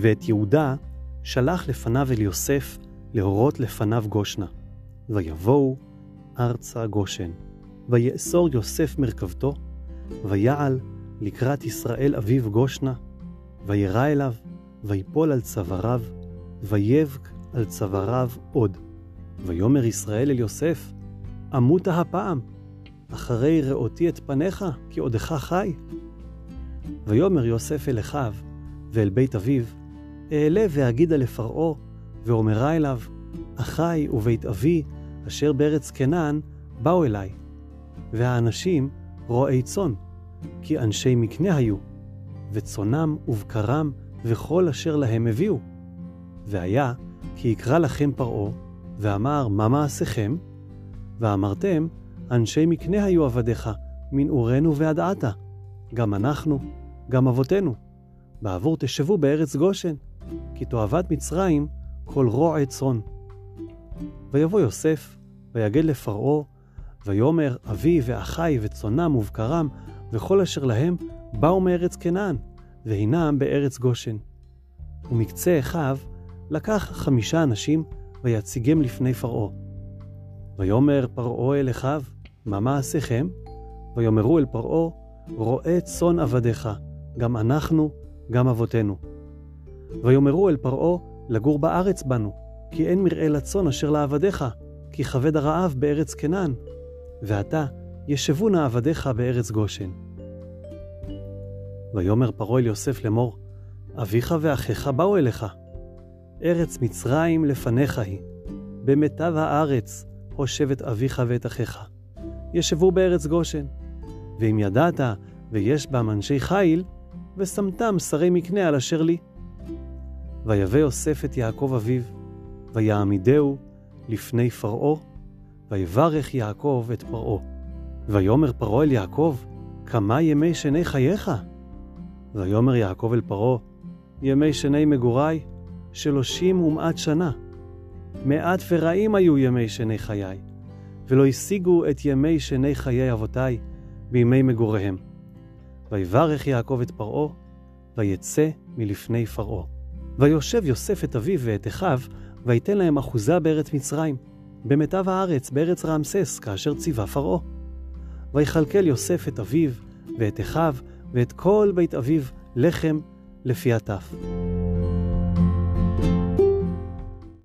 ואת יהודה שלח לפניו אל יוסף להורות לפניו גושנה. ויבואו ארצה גושן. ויאסור יוסף מרכבתו, ויעל לקראת ישראל אביו גושנה, וירא אליו, ויפול על צוואריו, ויבק על צוואריו עוד. ויאמר ישראל אל יוסף, אמות הפעם, אחרי ראותי את פניך, כי עודך חי. ויאמר יוסף אל אחיו ואל בית אביו, אעלה ואגידה לפרעה, ואומרה אליו, אחי ובית אבי אשר בארץ כנען באו אליי. והאנשים רועי צאן, כי אנשי מקנה היו, וצונם ובקרם וכל אשר להם הביאו. והיה כי יקרא לכם פרעה, ואמר, מה מעשיכם? ואמרתם, אנשי מקנה היו עבדיך, מנעורנו ועד עתה, גם אנחנו, גם אבותינו. בעבור תשבו בארץ גושן, כי תועבת מצרים כל רועי צאן. ויבוא יוסף, ויגד לפרעה, ויאמר, אבי ואחי וצונם ובקרם, וכל אשר להם באו מארץ כנען, והינם בארץ גושן. ומקצה אחיו לקח 5 אנשים, ויציגם לפני פרעה. ויאמר פרעה אל אחיו, מה מעשיכם? ויאמרו אל פרעה, רועה צאן עבדיך, גם אנחנו, גם אבותינו. ויאמרו אל פרעה, לגור בארץ בנו, כי אין מרעה לצאן אשר לעבדיך, כי כבד הרעב בארץ כנען. ועתה ישבו נא עבדיך בארץ גושן. ויאמר פרעה אל יוסף לאמור, אביך ואחיך באו אליך. ארץ מצרים לפניך היא, במיטב הארץ הושב את אביך ואת אחיך. ישבו בארץ גושן, ואם ידעת ויש בם אנשי חיל, ושמתם שרי מקנה על אשר לי. ויבא יוסף את יעקב אביו, ויעמידהו לפני פרעה, ויברך יעקב את פרעה. ויאמר פרעה אל יעקב, כמה ימי שני חייך? ויאמר יעקב אל פרעה, ימי שני מגורי 30 שנה. מעט ורעים היו ימי שני חיי, ולא השיגו את ימי שני חיי אבותי בימי מגוריהם. ויברך יעקב את פרעה, ויצא מלפני פרעה. ויושב יוסף את אביו ואת אחיו, ויתן להם אחוזה בארץ מצרים, במיטב הארץ, בארץ רעמסס, כאשר ציווה פרעה. ויכלכל יוסף את אביו ואת אחיו ואת כל בית אביו לחם לפי הטף.